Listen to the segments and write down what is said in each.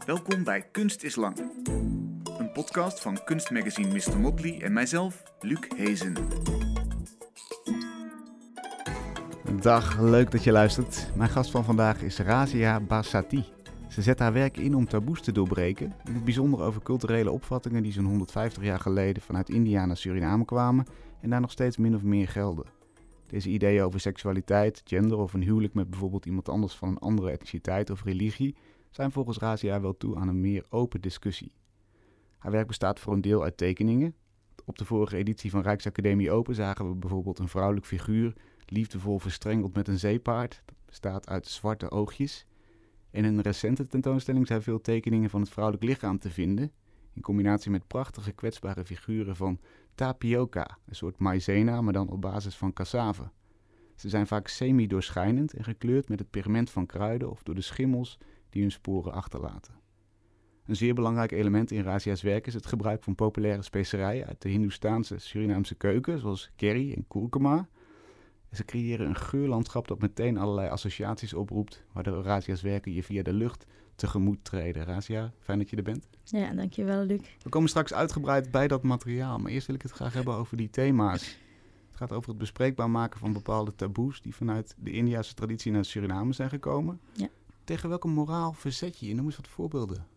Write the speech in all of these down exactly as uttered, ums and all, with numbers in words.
Welkom bij Kunst is Lang. Een podcast van kunstmagazine mister Motley en mijzelf, Luc Hezen. Dag, leuk dat je luistert. Mijn gast van vandaag is Razia Basati. Ze zet haar werk in om taboes te doorbreken, in het bijzonder over culturele opvattingen die zo'n honderdvijftig jaar geleden vanuit India naar Suriname kwamen en daar nog steeds min of meer gelden. Deze ideeën over seksualiteit, gender of een huwelijk met bijvoorbeeld iemand anders van een andere etniciteit of religie zijn volgens Razia wel toe aan een meer open discussie. Haar werk bestaat voor een deel uit tekeningen. Op de vorige editie van Rijksacademie Open zagen we bijvoorbeeld een vrouwelijk figuur, liefdevol verstrengeld met een zeepaard. Dat bestaat uit zwarte oogjes. In een recente tentoonstelling zijn veel tekeningen van het vrouwelijk lichaam te vinden, in combinatie met prachtige kwetsbare figuren van tapioca, een soort maïzena, maar dan op basis van cassave. Ze zijn vaak semi-doorschijnend en gekleurd met het pigment van kruiden of door de schimmels die hun sporen achterlaten. Een zeer belangrijk element in Razia's werk is het gebruik van populaire specerijen uit de Hindoestaanse Surinaamse keuken, zoals curry en kurkuma. En ze creëren een geurlandschap dat meteen allerlei associaties oproept, waardoor Razia's werken je via de lucht tegemoet treden. Razia, fijn dat je er bent. Ja, dankjewel Luc. We komen straks uitgebreid bij dat materiaal, maar eerst wil ik het graag hebben over die thema's. Het gaat over het bespreekbaar maken van bepaalde taboes die vanuit de Indiase traditie naar Suriname zijn gekomen. Ja. Tegen welke moraal verzet je je? Noem eens wat voorbeelden.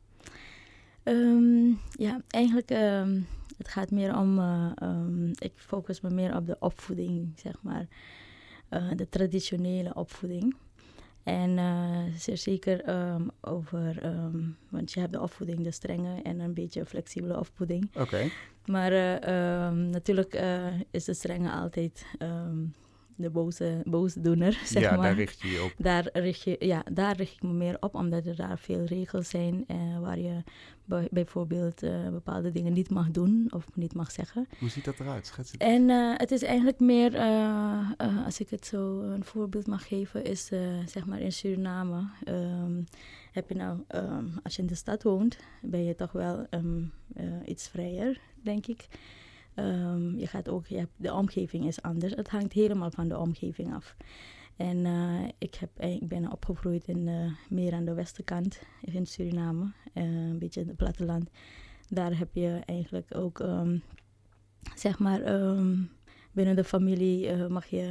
Um, ja, eigenlijk um, het gaat meer om, uh, um, ik focus me meer op de opvoeding, zeg maar. Uh, de traditionele opvoeding. En uh, zeer zeker um, over, um, want je hebt de opvoeding, de strenge en een beetje flexibele opvoeding. Oké. Okay. Maar uh, um, natuurlijk uh, is de strenge altijd um, de boze, boosdoener, zeg ja, maar. daar richt je je op. Daar richt, je, ja, daar richt ik me meer op, omdat er daar veel regels zijn uh, waar je bij, bijvoorbeeld uh, bepaalde dingen niet mag doen of niet mag zeggen. Hoe ziet dat eruit? Schets het. En uh, het is eigenlijk meer, uh, uh, als ik het zo een voorbeeld mag geven, is uh, zeg maar in Suriname. Um, heb je nou, um, als je in de stad woont, ben je toch wel um, uh, iets vrijer, denk ik. Um, je gaat ook, je hebt, de omgeving is anders. Het hangt helemaal van de omgeving af. En uh, ik, heb, ik ben opgegroeid in, uh, meer aan de westenkant in Suriname, uh, een beetje in het platteland. Daar heb je eigenlijk ook, um, zeg maar, um, binnen de familie uh, mag je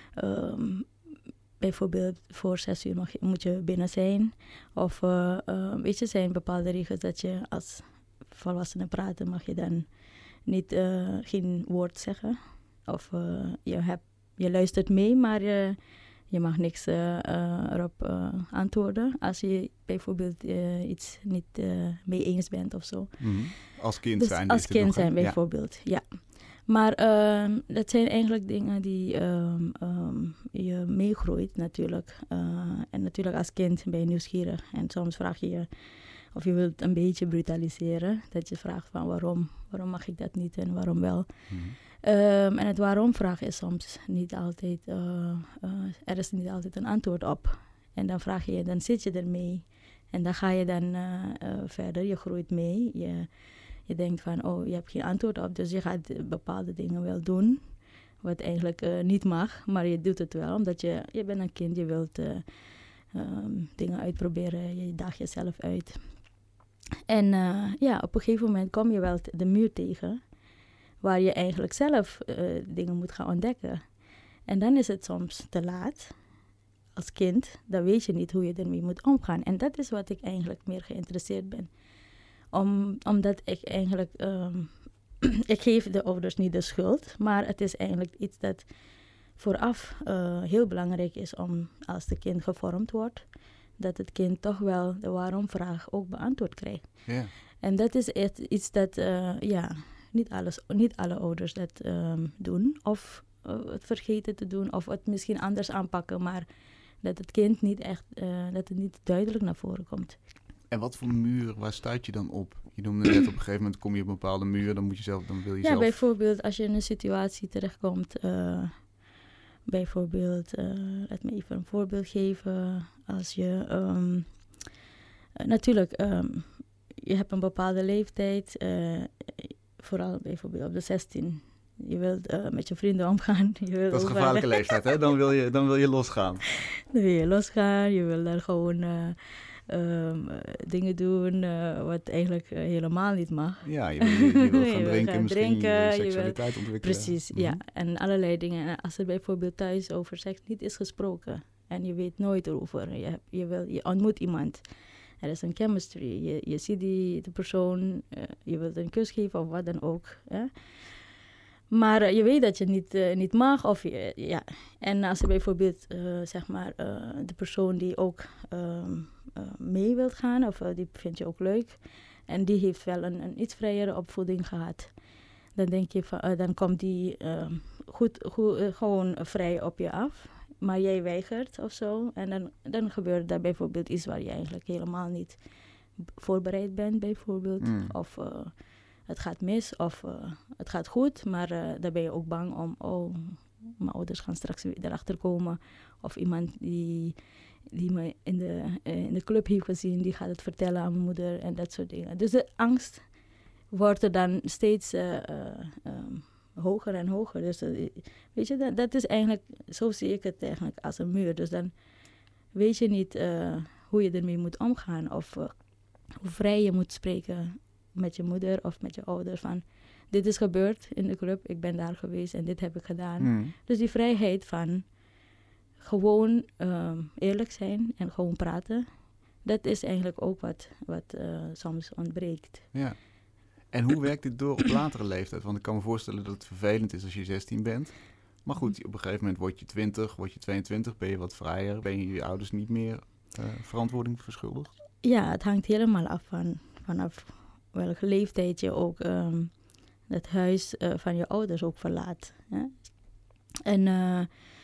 um, bijvoorbeeld voor zes uur mag je, moet je binnen zijn. Of uh, uh, weet je, zijn bepaalde regels dat je als volwassenen praten mag je dan niet uh, geen woord zeggen. Of uh, je, hebt, je luistert mee, maar je, je mag niks uh, uh, erop uh, antwoorden. Als je bijvoorbeeld uh, iets niet uh, mee eens bent of zo. Mm-hmm. Als kind dus zijn. Als kind nog, zijn bijvoorbeeld, ja. ja. Maar uh, dat zijn eigenlijk dingen die um, um, je meegroeit natuurlijk. Uh, en natuurlijk als kind ben je nieuwsgierig. En soms vraag je je of je wilt een beetje brutaliseren. Dat je vraagt van waarom, waarom mag ik dat niet en waarom wel. Mm-hmm. Um, en het waarom vraag is soms niet altijd, uh, uh, er is niet altijd een antwoord op. En dan vraag je, dan zit je ermee. En dan ga je dan uh, uh, verder, je groeit mee. Je, je denkt van, oh, je hebt geen antwoord op. Dus je gaat bepaalde dingen wel doen, wat eigenlijk uh, niet mag. Maar je doet het wel, omdat je, je bent een kind, je wilt uh, um, dingen uitproberen. Je daagt jezelf uit. En uh, ja, op een gegeven moment kom je wel de muur tegen, waar je eigenlijk zelf uh, dingen moet gaan ontdekken. En dan is het soms te laat. Als kind, dan weet je niet hoe je ermee moet omgaan. En dat is wat ik eigenlijk meer geïnteresseerd ben. Om, omdat ik eigenlijk, um, ik geef de ouders niet de schuld, maar het is eigenlijk iets dat vooraf uh, heel belangrijk is om, als de kind gevormd wordt, dat het kind toch wel de waarom-vraag ook beantwoord krijgt. Yeah. En dat is echt iets dat, uh, ja, niet, alles, niet alle ouders dat um, doen. Of uh, het vergeten te doen, of het misschien anders aanpakken, maar dat het kind niet echt, uh, dat het niet duidelijk naar voren komt. En wat voor muur, waar stuit je dan op? Je noemde net op een gegeven moment kom je op een bepaalde muur, dan moet je zelf, dan wil je ja, zelf. Ja, bijvoorbeeld als je in een situatie terechtkomt, uh, bijvoorbeeld, uh, laat me even een voorbeeld geven. Als je, um, uh, natuurlijk, um, je hebt een bepaalde leeftijd, uh, vooral bijvoorbeeld op de zestien. Je wilt uh, met je vrienden omgaan. Je wilt dat is een over... gevaarlijke leeftijd, hè? Dan wil je, dan wil je losgaan. Dan wil je losgaan, je wil daar gewoon uh, um, uh, dingen doen uh, wat eigenlijk uh, helemaal niet mag. Ja, je wil, je, je wil gaan je drinken, wil gaan misschien drinken, je je seksualiteit wil, ontwikkelen. Precies, Mm-hmm. ja. En allerlei dingen. Als er bijvoorbeeld thuis over seks niet is gesproken en je weet nooit erover. Je, hebt, je, wil, je ontmoet iemand. Er is een chemistry. Je, je ziet die de persoon, uh, je wilt een kus geven of wat dan ook. Hè? Maar uh, je weet dat je niet, uh, niet mag. Of je, ja. En als er bijvoorbeeld uh, zeg maar, uh, de persoon die ook um, uh, mee wilt gaan, of uh, die vind je ook leuk, en die heeft wel een, een iets vrijere opvoeding gehad, dan denk je van, uh, dan komt die uh, goed, goed, uh, gewoon vrij op je af. Maar jij weigert of zo. En dan, dan gebeurt daar bijvoorbeeld iets waar je eigenlijk helemaal niet voorbereid bent, bijvoorbeeld. Mm. Of uh, het gaat mis, of uh, het gaat goed. Maar uh, dan ben je ook bang om, oh, mijn ouders gaan straks weer erachter komen. Of iemand die, die me in de, uh, in de club heeft gezien, die gaat het vertellen aan mijn moeder en dat soort dingen. Dus de angst wordt er dan steeds Uh, uh, um, hoger en hoger. Dus uh, weet je, dat, dat is eigenlijk, zo zie ik het eigenlijk als een muur. Dus dan weet je niet uh, hoe je ermee moet omgaan. Of uh, hoe vrij je moet spreken met je moeder of met je ouders. Van, dit is gebeurd in de club, ik ben daar geweest en dit heb ik gedaan. Mm. Dus die vrijheid van gewoon uh, eerlijk zijn en gewoon praten. Dat is eigenlijk ook wat, wat uh, soms ontbreekt. Ja. En hoe werkt dit door op latere leeftijd? Want ik kan me voorstellen dat het vervelend is als je zestien bent. Maar goed, op een gegeven moment word je twintig, word je tweeëntwintig, ben je wat vrijer. Ben je je ouders niet meer uh, verantwoording verschuldigd? Ja, het hangt helemaal af van vanaf welke leeftijd je ook um, het huis uh, van je ouders ook verlaat. Hè? En uh,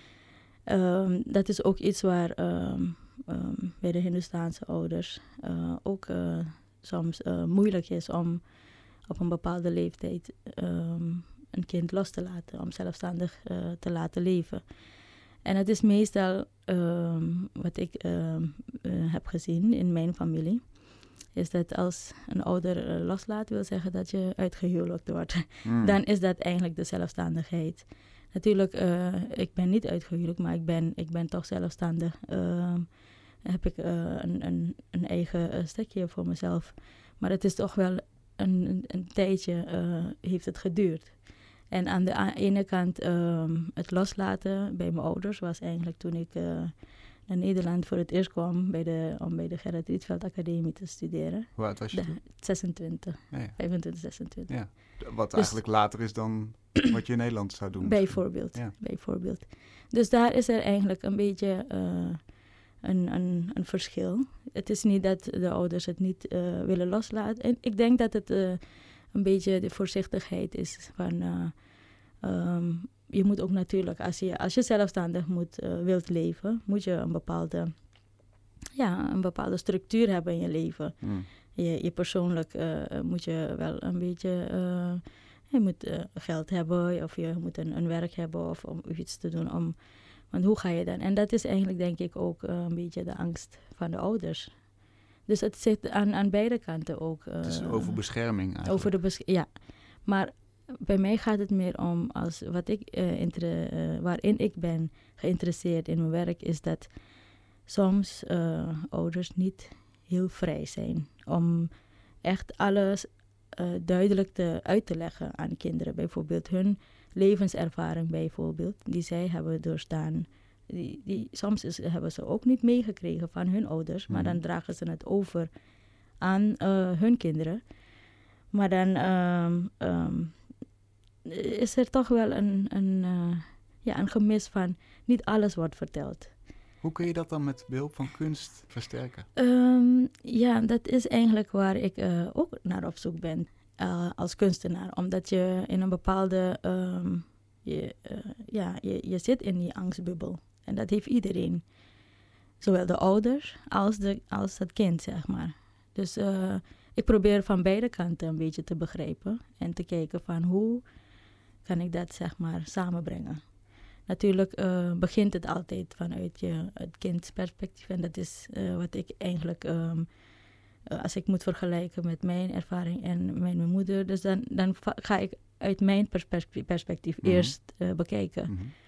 um, dat is ook iets waar um, um, bij de Hindoestaanse ouders uh, ook uh, soms uh, moeilijk is om op een bepaalde leeftijd um, een kind los te laten, om zelfstandig uh, te laten leven. En het is meestal, um, wat ik um, uh, heb gezien in mijn familie, is dat als een ouder uh, loslaat, wil zeggen dat je uitgehuwelijkt wordt. Mm. Dan is dat eigenlijk de zelfstandigheid. Natuurlijk, uh, ik ben niet uitgehuwelijkt, maar ik ben, ik ben toch zelfstandig. Uh, heb ik uh, een, een, een eigen uh, stukje voor mezelf. Maar het is toch wel een, een, een tijdje uh, heeft het geduurd. En aan de a- ene kant um, het loslaten bij mijn ouders was eigenlijk toen ik uh, naar Nederland voor het eerst kwam bij de, om bij de Gerrit Rietveld Academie te studeren. Hoe oud was je toen? zesentwintig, ja, ja. vijfentwintig, zesentwintig. Ja. Wat dus, eigenlijk later is dan wat je in Nederland zou doen. Bijvoorbeeld, ja. bijvoorbeeld. Dus daar is er eigenlijk een beetje uh, een, een, een verschil. Het is niet dat de ouders het niet uh, willen loslaten. En ik denk dat het uh, een beetje de voorzichtigheid is van Uh, um, je moet ook natuurlijk, als je, als je zelfstandig moet, uh, wilt leven, moet je een bepaalde, ja, een bepaalde structuur hebben in je leven. Mm. Je, je persoonlijk uh, moet je wel een beetje, uh, je moet uh, geld hebben of je moet een, een werk hebben of om iets te doen. Om, want hoe ga je dan? En dat is eigenlijk denk ik ook uh, een beetje de angst van de ouders. Dus het zit aan, aan beide kanten ook. Uh, het is over bescherming eigenlijk. Over de bes- ja, maar bij mij gaat het meer om, als wat ik, uh, inter- uh, waarin ik ben geïnteresseerd in mijn werk, is dat soms uh, ouders niet heel vrij zijn om echt alles uh, duidelijk te, uit te leggen aan kinderen. Bijvoorbeeld hun levenservaring bijvoorbeeld, die zij hebben doorstaan. Die, die, soms is, hebben ze ook niet meegekregen van hun ouders, maar mm. dan dragen ze het over aan uh, hun kinderen. Maar dan Um, um, is er toch wel een, een, uh, ja, een gemis van niet alles wordt verteld. Hoe kun je dat dan met behulp van kunst versterken? Um, ja, dat is eigenlijk waar ik uh, ook naar op zoek ben uh, als kunstenaar. Omdat je in een bepaalde, um, je, uh, ja, je, je zit in die angstbubbel. En dat heeft iedereen. Zowel de ouders als, de, als het kind, zeg maar. Dus uh, ik probeer van beide kanten een beetje te begrijpen. En te kijken van hoe kan ik dat, zeg maar, samenbrengen. Natuurlijk uh, begint het altijd vanuit je, het kindsperspectief. En dat is uh, wat ik eigenlijk, um, uh, als ik moet vergelijken met mijn ervaring en mijn, mijn moeder. Dus dan, dan va- ga ik uit mijn perspectief, perspectief mm-hmm. eerst uh, bekijken. Mm-hmm.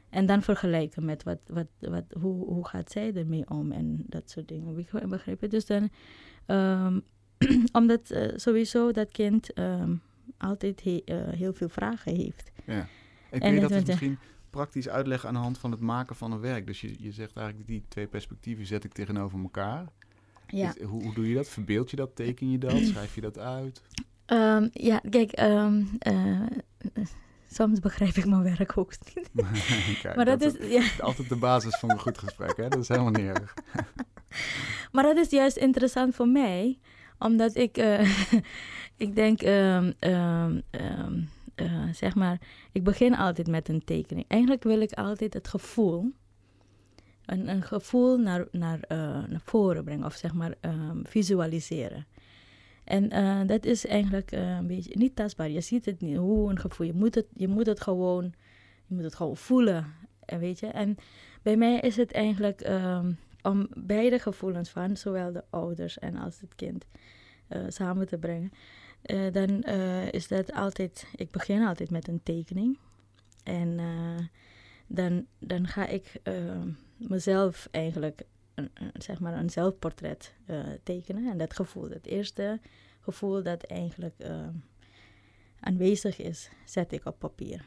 En dan vergelijken met wat, wat, wat, hoe, hoe gaat zij ermee om en dat soort dingen. Begrijp je? Dus dan, um, omdat uh, sowieso dat kind um, altijd he, uh, heel veel vragen heeft. Ja. En kun en je dat het, dus misschien praktisch uitleggen aan de hand van het maken van een werk? Dus je, je zegt eigenlijk, die twee perspectieven zet ik tegenover elkaar. Ja. Is, hoe, hoe doe je dat? Verbeeld je dat? Teken je dat? Schrijf je dat uit? Um, ja, kijk, um, uh, soms begrijp ik mijn werk ook niet. Kijk, maar dat, dat is ja. altijd de basis van een goed gesprek, hè? Dat is helemaal niet erg. Maar dat is juist interessant voor mij, omdat ik, uh, ik denk, um, um, um, uh, zeg maar, ik begin altijd met een tekening. Eigenlijk wil ik altijd het gevoel, een, een gevoel naar, naar, uh, naar voren brengen, of zeg maar um, visualiseren. En uh, dat is eigenlijk uh, een beetje niet tastbaar. Je ziet het niet, hoe een gevoel. Je moet het, je moet het gewoon, je moet het gewoon voelen, weet je. En bij mij is het eigenlijk um, om beide gevoelens van, zowel de ouders en als het kind, uh, samen te brengen. Uh, dan uh, is dat altijd, ik begin altijd met een tekening. En uh, dan, dan ga ik uh, mezelf eigenlijk, een, een, zeg maar een zelfportret uh, tekenen. En dat gevoel, het eerste gevoel dat eigenlijk uh, aanwezig is, zet ik op papier.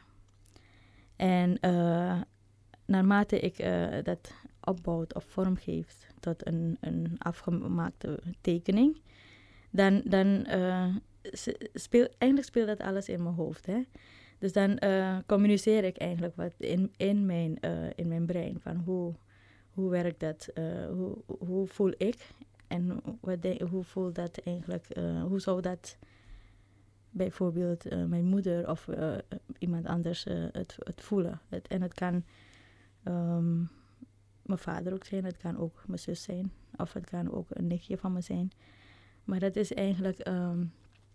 En uh, naarmate ik uh, dat opbouwt of vormgeeft tot een, een afgemaakte tekening, dan, dan uh, speel, eigenlijk speelt dat alles in mijn hoofd. Hè? Dus dan uh, communiceer ik eigenlijk wat in, in, mijn, uh, in mijn brein. Van hoe, hoe werkt dat? Uh, hoe, hoe voel ik? En wat de, hoe voel dat eigenlijk? Uh, hoe zou dat bijvoorbeeld uh, mijn moeder of uh, iemand anders uh, het, het voelen? Het, en het kan um, mijn vader ook zijn, het kan ook mijn zus zijn. Of het kan ook een nichtje van me zijn. Maar dat is eigenlijk... Um,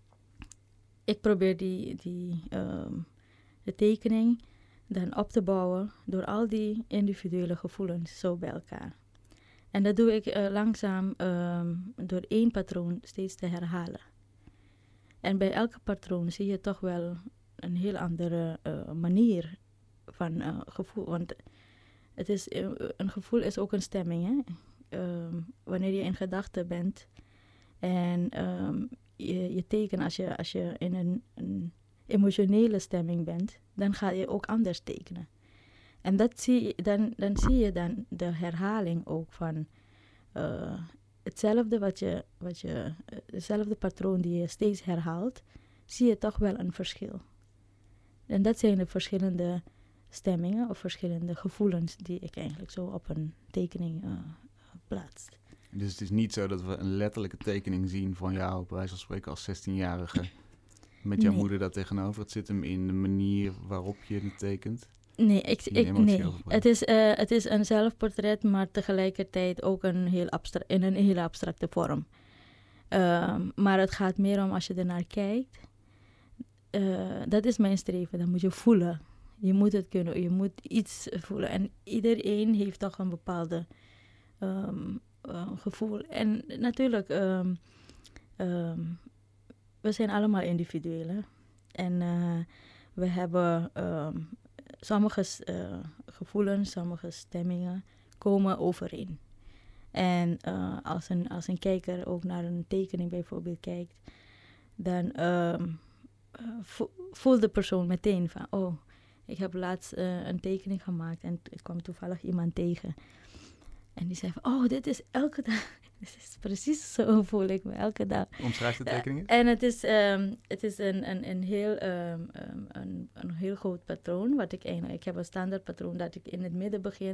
ik probeer die, die um, de tekening dan op te bouwen door al die individuele gevoelens zo bij elkaar. En dat doe ik uh, langzaam um, door één patroon steeds te herhalen. En bij elke patroon zie je toch wel een heel andere uh, manier van uh, gevoel. Want het is, uh, een gevoel is ook een stemming. Hè? Um, wanneer je in gedachten bent en um, je, je tekent als je, als je in een, een emotionele stemming bent, dan ga je ook anders tekenen. En dat zie je, dan, dan zie je dan de herhaling ook van uh, hetzelfde wat je, wat je, hetzelfde patroon die je steeds herhaalt, zie je toch wel een verschil. En dat zijn de verschillende stemmingen of verschillende gevoelens die ik eigenlijk zo op een tekening uh, plaats. Dus het is niet zo dat we een letterlijke tekening zien van jou, bij wijze van spreken als zestienjarige, met jouw nee. moeder daar tegenover. Het zit hem in de manier waarop je het tekent. Nee, ik, ik, nee. Het, is, uh, het is een zelfportret, maar tegelijkertijd ook een heel abstra- in een hele abstracte vorm. Uh, maar het gaat meer om als je ernaar kijkt. Uh, dat is mijn streven, dat moet je voelen. Je moet het kunnen, je moet iets voelen. En iedereen heeft toch een bepaalde um, uh, gevoel. En natuurlijk, um, um, we zijn allemaal individueel. Hè? En uh, we hebben... Um, Sommige uh, gevoelens, sommige stemmingen komen overeen. En uh, als, een, als een kijker ook naar een tekening bijvoorbeeld kijkt, dan um, vo- voelt de persoon meteen van, oh, ik heb laatst uh, een tekening gemaakt en ik kwam toevallig iemand tegen. En die zei van, oh, dit is elke dag. Het is precies zo voel ik me elke dag. Omschrijf de tekening? Uh, en het is, um, het is een, een, een, heel, um, um, een, een heel groot patroon. Wat ik, eigenlijk, ik heb een standaard patroon dat ik in het midden begin.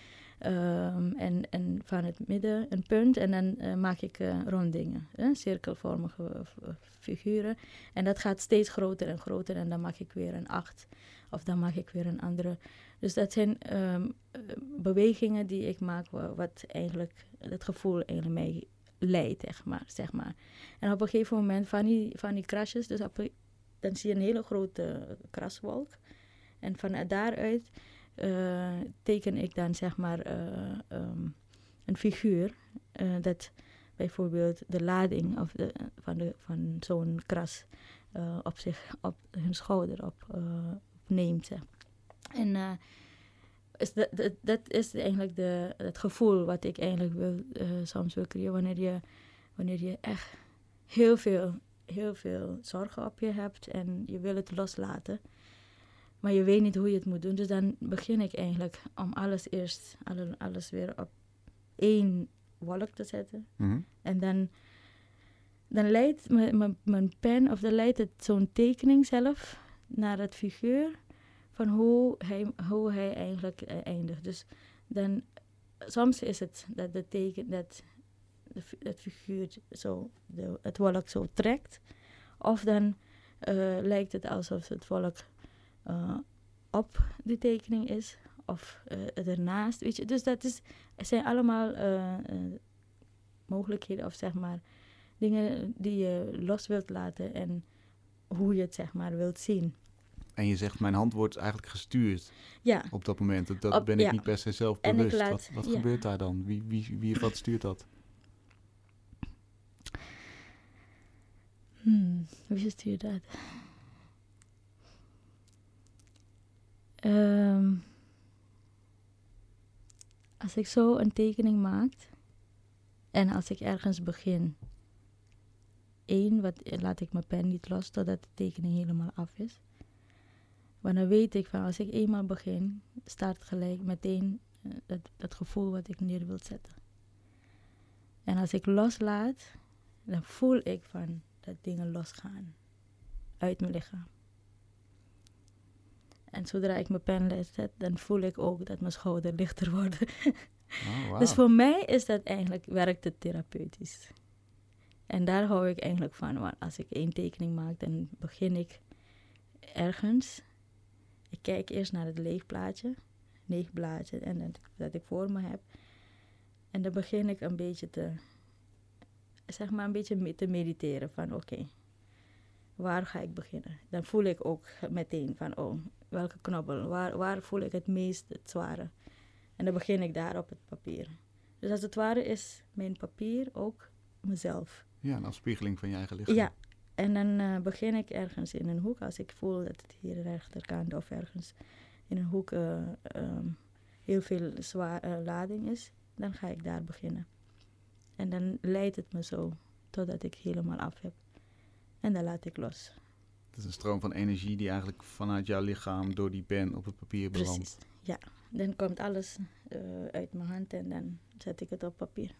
Um, en, en van het midden een punt. En dan uh, maak ik uh, rondingen. Uh, cirkelvormige uh, figuren. En dat gaat steeds groter en groter. En dan maak ik weer een acht. Of dan maak ik weer een andere. Dus dat zijn um, bewegingen die ik maak, wat eigenlijk het gevoel eigenlijk mij leidt, zeg maar, zeg maar. En op een gegeven moment van die, van die krasjes, dus op, dan zie je een hele grote kraswolk. En van daaruit uh, teken ik dan, zeg maar, uh, um, een figuur. Uh, dat bijvoorbeeld de lading of de, van, de, van zo'n kras uh, op zich, op hun schouder op, uh, neemt. Zeg. En uh, is dat, dat, dat is eigenlijk de, het gevoel wat ik eigenlijk wil, uh, soms wil creëren. Wanneer je, wanneer je echt heel veel, heel veel zorgen op je hebt en je wil het loslaten. Maar je weet niet hoe je het moet doen. Dus dan begin ik eigenlijk om alles eerst, alle, alles weer op één wolk te zetten. Mm-hmm. En dan, dan leidt mijn pen, of dan leidt het zo'n tekening zelf naar het figuur van hoe hij, hoe hij eigenlijk uh, eindigt. Dus dan, soms is het dat de teken, dat de, het figuur zo, de, het wolk zo trekt. Of dan uh, lijkt het alsof het wolk uh, op de tekening is. Of uh, ernaast, weet je. Dus dat is, het zijn allemaal uh, uh, mogelijkheden of zeg maar dingen die je los wilt laten en hoe je het zeg maar wilt zien. En je zegt, mijn hand wordt eigenlijk gestuurd ja. op dat moment. Dat, dat op, ben ik ja. niet per se zelf bewust. Laat, wat wat ja. gebeurt daar dan? Wie, wie, wie wat stuurt dat? Hmm, wie stuurt dat? Um, als ik zo een tekening maak en als ik ergens begin, één, wat, laat ik mijn pen niet los totdat de tekening helemaal af is. Maar dan weet ik van als ik eenmaal begin, start gelijk meteen uh, dat, dat gevoel wat ik neer wil zetten. En als ik loslaat, dan voel ik van dat dingen losgaan uit mijn lichaam. En zodra ik mijn pen zet, dan voel ik ook dat mijn schouder lichter wordt. Oh, wow. Dus voor mij is dat eigenlijk, werkt het therapeutisch. En daar hou ik eigenlijk van. Want als ik één tekening maak, dan begin ik ergens. Ik kijk eerst naar het leeg plaatje, leeg blaadje, en dat, dat ik voor me heb. En dan begin ik een beetje te, zeg maar een beetje te mediteren van oké, okay, waar ga ik beginnen? Dan voel ik ook meteen van oh, welke knobbel, waar, waar voel ik het meest het zware? En dan begin ik daar op het papier. Dus als het ware is mijn papier ook mezelf. Ja, een afspiegeling van je eigen lichaam. Ja, en dan uh, begin ik ergens in een hoek. Als ik voel dat het hier rechterkant of ergens in een hoek uh, um, heel veel zwaar, uh, lading is, dan ga ik daar beginnen. En dan leidt het me zo totdat ik helemaal af heb. En dan laat ik los. Het is een stroom van energie die eigenlijk vanuit jouw lichaam door die pen op het papier belandt. Precies, ja. Dan komt alles uh, uit mijn hand en dan zet ik het op papier.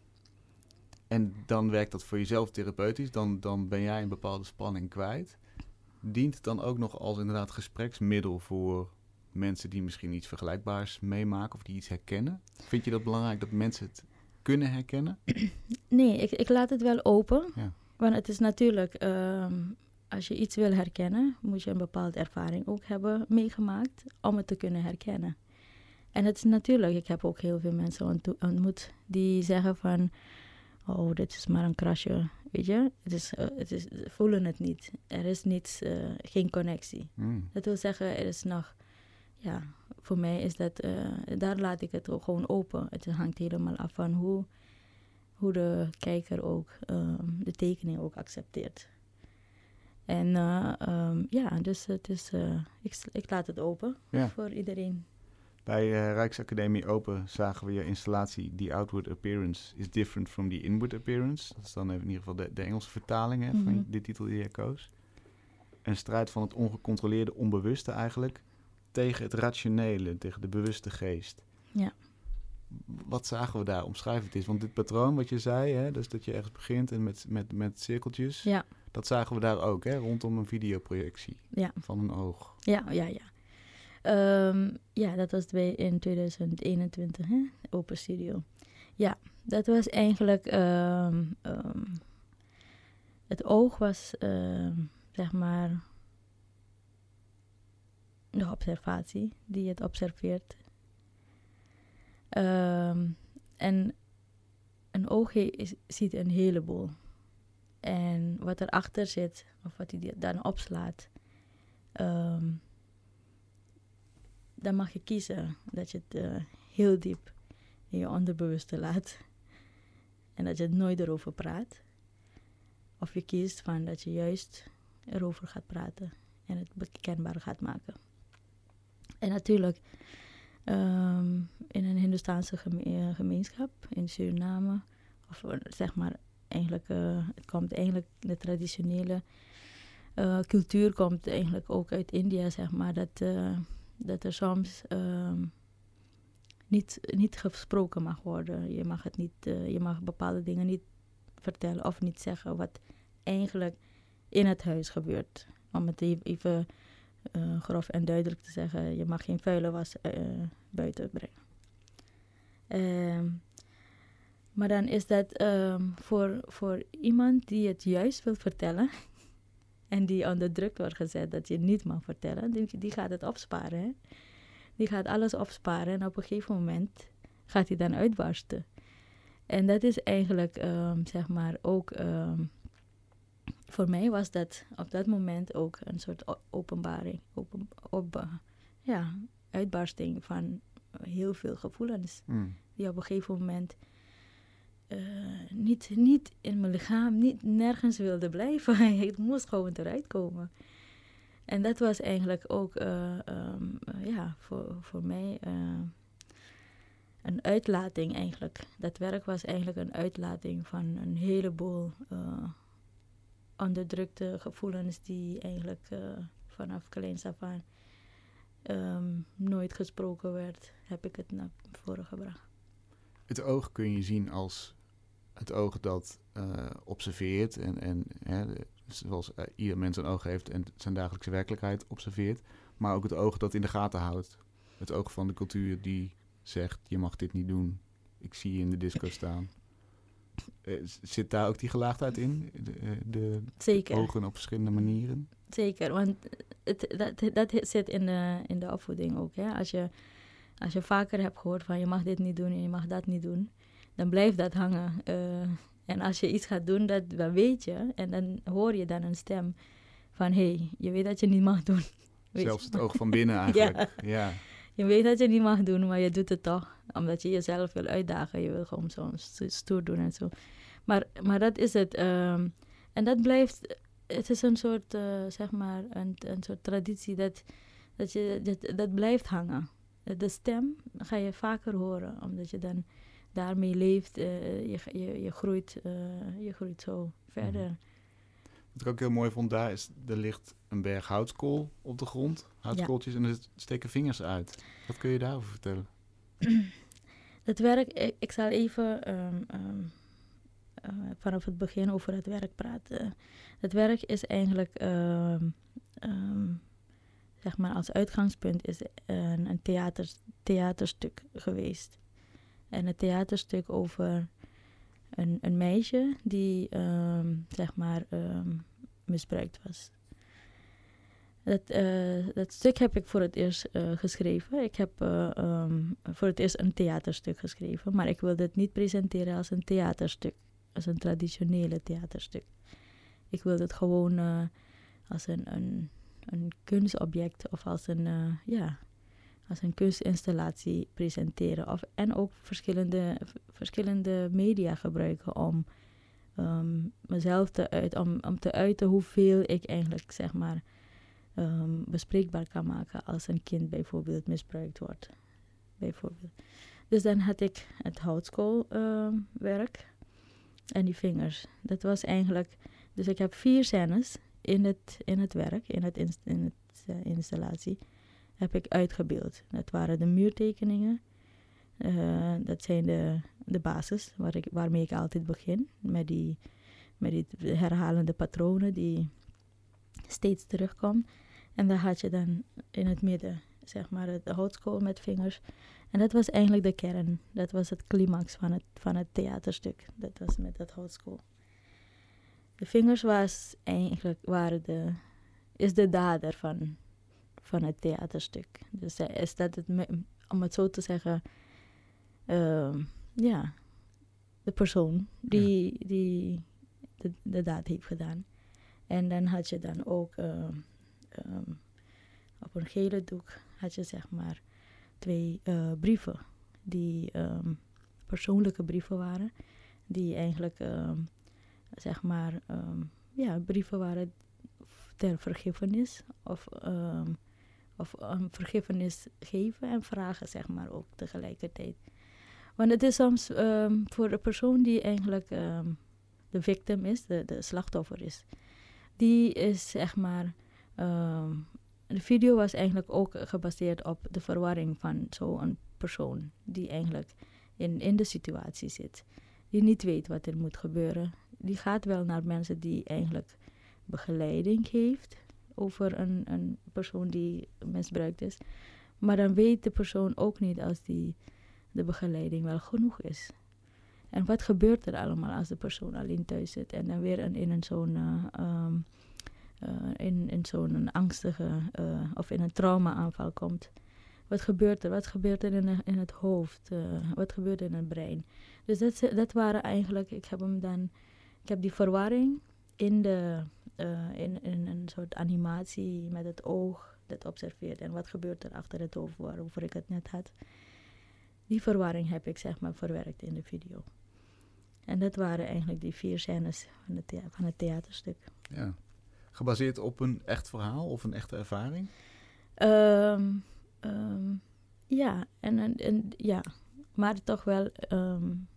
En dan werkt dat voor jezelf therapeutisch. Dan, dan ben jij een bepaalde spanning kwijt. Dient het dan ook nog als inderdaad gespreksmiddel voor mensen die misschien iets vergelijkbaars meemaken of die iets herkennen? Vind je dat belangrijk dat mensen het kunnen herkennen? Nee, ik, ik laat het wel open. Ja. Want het is natuurlijk, um, als je iets wil herkennen, moet je een bepaalde ervaring ook hebben meegemaakt om het te kunnen herkennen. En het is natuurlijk, ik heb ook heel veel mensen ontmoet die zeggen van, oh, dit is maar een krasje, weet je. Het is, uh, het is, voelen het niet. Er is niets, uh, geen connectie. Mm. Dat wil zeggen, er is nog, ja, voor mij is dat, uh, daar laat ik het ook gewoon open. Het hangt helemaal af van hoe, hoe de kijker ook um, de tekening ook accepteert. En uh, um, ja, dus het is, uh, ik, ik laat het open ja. voor iedereen. Bij uh, Rijksacademie Open zagen we je installatie The Outward Appearance is Different from the Inward Appearance. Dat is dan even in ieder geval de, de Engelse vertaling hè, Mm-hmm. van de titel die je koos. Een strijd van het ongecontroleerde onbewuste eigenlijk tegen het rationele, tegen de bewuste geest. Ja. Wat zagen we daar? Omschrijf het eens. Want dit patroon wat je zei, hè, dus dat je ergens begint en met, met, met cirkeltjes, Ja. dat zagen we daar ook, hè, rondom een videoprojectie Ja. van een oog. Ja, ja, ja. Um, ja, dat was in tweeduizend eenentwintig, hè? Open Studio. Ja, dat was eigenlijk, um, um, het oog was, um, zeg maar, de observatie die het observeert. Um, en een oog is, ziet een heleboel. En wat erachter zit, of wat hij dan opslaat, um, dan mag je kiezen dat je het uh, heel diep in je onderbewuste laat. En dat je het nooit erover praat. Of je kiest van dat je juist erover gaat praten en het bekendbaar gaat maken. En natuurlijk, Um, in een Hindoestaanse geme- gemeenschap in Suriname. Of uh, zeg maar, eigenlijk, uh, het komt eigenlijk, de traditionele uh, cultuur komt eigenlijk ook uit India, zeg maar. Dat, uh, dat er soms um, niet, niet gesproken mag worden. Je mag, het niet, uh, je mag bepaalde dingen niet vertellen of niet zeggen wat eigenlijk in het huis gebeurt. Om het even uh, grof en duidelijk te zeggen, je mag geen vuile was uh, buiten brengen. Um, maar dan is dat um, voor, voor iemand die het juist wil vertellen en die onder druk wordt gezet dat je niet mag vertellen, die, die gaat het opsparen. Hè? Die gaat alles opsparen en op een gegeven moment gaat hij dan uitbarsten. En dat is eigenlijk, um, zeg maar, ook... Um, voor mij was dat op dat moment ook een soort openbaring, open, op, ja, uitbarsting van heel veel gevoelens. Mm. Die op een gegeven moment uh, niet, niet in mijn lichaam, niet nergens wilde blijven. Het moest gewoon eruit komen. En dat was eigenlijk ook uh, um, uh, ja, voor, voor mij uh, een uitlating eigenlijk. Dat werk was eigenlijk een uitlating van een heleboel uh, onderdrukte gevoelens die eigenlijk uh, vanaf kleins af aan um, nooit gesproken werd, heb ik het naar voren gebracht. Het oog kun je zien als het oog dat uh, observeert en, en hè, zoals uh, ieder mens een oog heeft en zijn dagelijkse werkelijkheid observeert, maar ook het oog dat in de gaten houdt. Het oog van de cultuur die zegt, je mag dit niet doen, ik zie je in de disco staan. Uh, zit daar ook die gelaagdheid in? De, de Zeker. Ogen op verschillende manieren? Zeker, want het, dat, dat zit in de, in de opvoeding ook. Hè? Als je, als je vaker hebt gehoord van je mag dit niet doen en je mag dat niet doen, dan blijft dat hangen. Uh, en als je iets gaat doen, dat, dat weet je. En dan hoor je dan een stem van hé, hey, je weet dat je niet mag doen. Weet Zelfs je? het oog van binnen eigenlijk. Ja. Ja. Je weet dat je niet mag doen, maar je doet het toch. Omdat je jezelf wil uitdagen. Je wil gewoon zo stoer doen en zo. Maar, maar dat is het. Um, en dat blijft... Het is een soort, uh, zeg maar, een, een soort traditie dat, dat, je, dat, dat blijft hangen. De stem ga je vaker horen, omdat je dan daarmee leeft. Uh, je, je, je, groeit, uh, je groeit zo verder. Mm-hmm. Wat ik ook heel mooi vond daar is, er ligt een berg houtskool op de grond. Houtskooltjes ja. En er steken vingers uit. Wat kun je daarover vertellen? Dat werk, ik, ik zal even um, um, uh, vanaf het begin over het werk praten. Het werk is eigenlijk, um, um, zeg maar als uitgangspunt, is een, een theater, theaterstuk geweest. En een theaterstuk over een, een meisje die, um, zeg maar, um, misbruikt was. Dat, uh, dat stuk heb ik voor het eerst uh, geschreven. Ik heb uh, um, voor het eerst een theaterstuk geschreven. Maar ik wilde het niet presenteren als een theaterstuk. Als een traditionele theaterstuk. Ik wilde het gewoon uh, als een, een, een kunstobject of als een, uh, ja, als een kunstinstallatie presenteren. Of, en ook verschillende, verschillende media gebruiken om um, mezelf te uiten. Om, om te uiten hoeveel ik eigenlijk, zeg maar, Um, bespreekbaar kan maken als een kind bijvoorbeeld misbruikt wordt. Bijvoorbeeld. Dus dan had ik het houtskoolwerk um, en die vingers. Dat was eigenlijk... Dus ik heb vier scènes in het, in het werk, in het, inst- in het uh, installatie, heb ik uitgebeeld. Dat waren de muurtekeningen. Uh, dat zijn de, de basis waar ik, waarmee ik altijd begin. Met die, met die herhalende patronen die steeds terugkomen. En daar had je dan in het midden, zeg maar, de houtskool met vingers. En dat was eigenlijk de kern. Dat was het climax van het, van het theaterstuk. Dat was met dat houtskool. De vingers was eigenlijk, waren de, is de dader van, van het theaterstuk. Dus uh, is dat het, om het zo te zeggen, uh, ja, de persoon die, ja. die de, de daad heeft gedaan. En dan had je dan ook uh, um, op een gele doek had je zeg maar twee uh, brieven die um, persoonlijke brieven waren, die eigenlijk um, zeg maar um, ja brieven waren ter vergiffenis of um, of um, vergiffenis geven en vragen, zeg maar, ook tegelijkertijd. Want het is soms um, voor de persoon die eigenlijk um, de victim is, de, de slachtoffer is, die is, zeg maar, um, de video was eigenlijk ook gebaseerd op de verwarring van zo'n persoon die eigenlijk in, in de situatie zit, die niet weet wat er moet gebeuren. Die gaat wel naar mensen die eigenlijk begeleiding heeft over een, een persoon die misbruikt is. Maar dan weet de persoon ook niet als die, de begeleiding wel genoeg is. En wat gebeurt er allemaal als de persoon alleen thuis zit en dan weer in, in een zo'n uh, um, uh, in, in zo'n angstige uh, of in een trauma-aanval komt. Wat gebeurt er? Wat gebeurt er in, in het hoofd? Uh, wat gebeurt er in het brein? Dus dat, dat waren eigenlijk, ik heb hem dan, ik heb die verwarring in, de, uh, in, in een soort animatie met het oog dat observeert. En wat gebeurt er achter het hoofd waarover ik het net had. Die verwarring heb ik, zeg maar, verwerkt in de video. En dat waren eigenlijk die vier scènes van het, thea- van het theaterstuk. Ja. Gebaseerd op een echt verhaal of een echte ervaring? Um, um, ja, en, en, en, ja, maar toch wel um,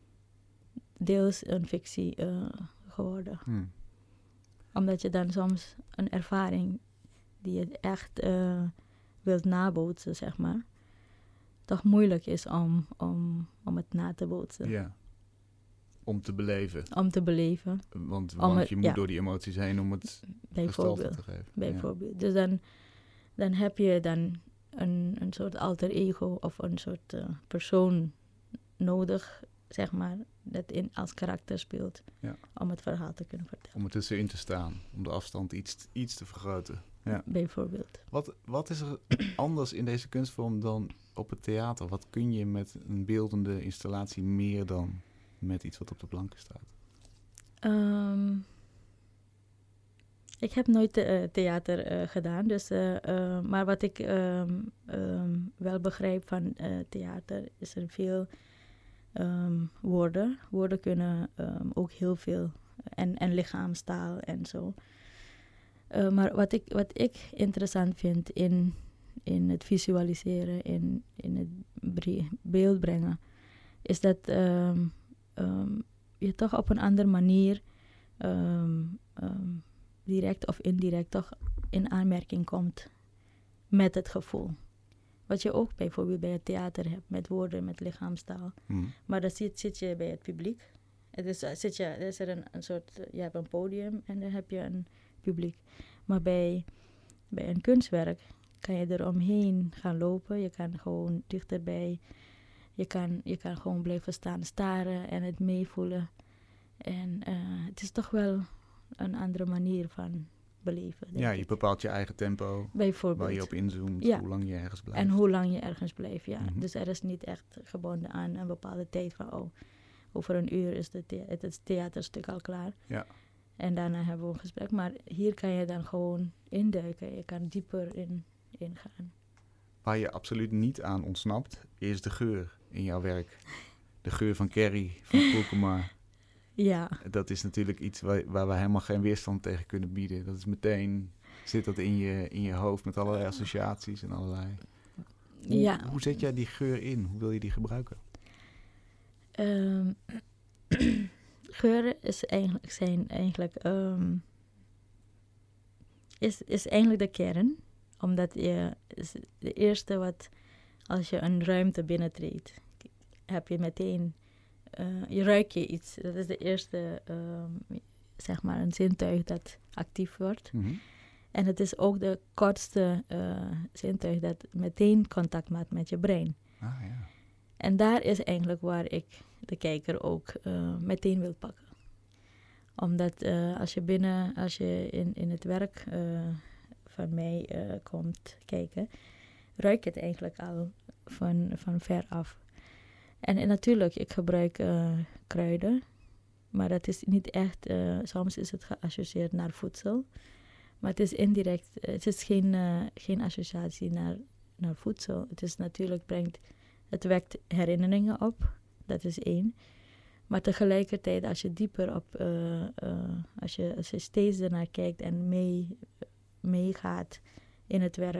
deels een fictie uh, geworden. Hmm. Omdat je dan soms een ervaring die je echt uh, wilt nabootsen, zeg maar, toch moeilijk is om, om, om het na te bootsen. Ja. Om te beleven. Om te beleven. Want, want het, je moet ja. door die emoties heen om het gestalte te geven. Bijvoorbeeld. Ja. Dus dan, dan heb je dan een, een soort alter ego of een soort uh, persoon nodig, zeg maar, dat in, als karakter speelt. Ja. Om het verhaal te kunnen vertellen. Om er tussenin te staan. Om de afstand iets, iets te vergroten. Ja. Bijvoorbeeld. Wat, wat is er anders in deze kunstvorm dan op het theater? Wat kun je met een beeldende installatie meer dan met iets wat op de planken staat? Um, ik heb nooit the- uh, theater uh, gedaan, dus, uh, uh, maar wat ik um, um, wel begrijp van uh, theater is er veel um, woorden. Woorden kunnen um, ook heel veel, en, en lichaamstaal en zo. Uh, maar wat ik, wat ik interessant vind in, in het visualiseren, in, in het bre- beeld brengen, is dat um, um, je toch op een andere manier um, um, direct of indirect toch in aanmerking komt met het gevoel. Wat je ook bijvoorbeeld bij het theater hebt, met woorden, met lichaamstaal. Hmm. Maar dan zit, zit je bij het publiek. Het is, zit je, is er een, een soort, je hebt een podium en dan heb je een publiek. Maar bij, bij een kunstwerk kan je eromheen gaan lopen. Je kan gewoon dichterbij. Je kan, je kan gewoon blijven staan staren en het meevoelen. En uh, het is toch wel een andere manier van beleven. Ja, je bepaalt je eigen tempo. Bijvoorbeeld. Waar je op inzoomt, ja. hoe lang je ergens blijft. En hoe lang je ergens blijft, ja. Mm-hmm. Dus er is niet echt gebonden aan een bepaalde tijd van, oh, over een uur is de thea- het theaterstuk al klaar. Ja. En daarna hebben we een gesprek. Maar hier kan je dan gewoon induiken. Je kan dieper in, ingaan. Waar je absoluut niet aan ontsnapt, is de geur in jouw werk. De geur van Kerry, van Fulkema. Ja. Dat is natuurlijk iets waar, waar we helemaal geen weerstand tegen kunnen bieden. Dat is meteen, zit dat in je, in je hoofd met allerlei associaties en allerlei... Hoe, ja. hoe zet jij die geur in? Hoe wil je die gebruiken? Um, geuren is eigenlijk, zijn eigenlijk, um, is, is eigenlijk de kern. Omdat je, is de eerste wat, als je een ruimte binnentreedt, heb je meteen, uh, je ruikt je iets. Dat is de eerste, um, zeg maar, een zintuig dat actief wordt. Mm-hmm. En het is ook de kortste uh, zintuig dat meteen contact maakt met je brein. Ah, ja. En daar is eigenlijk waar ik de kijker ook uh, meteen wil pakken. Omdat uh, als je binnen, als je in, in het werk uh, van mij uh, komt kijken, ruik je het eigenlijk al van, van ver af. En, en natuurlijk, ik gebruik uh, kruiden, maar dat is niet echt, uh, soms is het geassocieerd naar voedsel. Maar het is indirect, het is geen, uh, geen associatie naar, naar voedsel. Het is natuurlijk, brengt, het wekt herinneringen op, dat is één. Maar tegelijkertijd, als je dieper op, uh, uh, als, je, als je steeds ernaar kijkt en mee, meegaat in het werk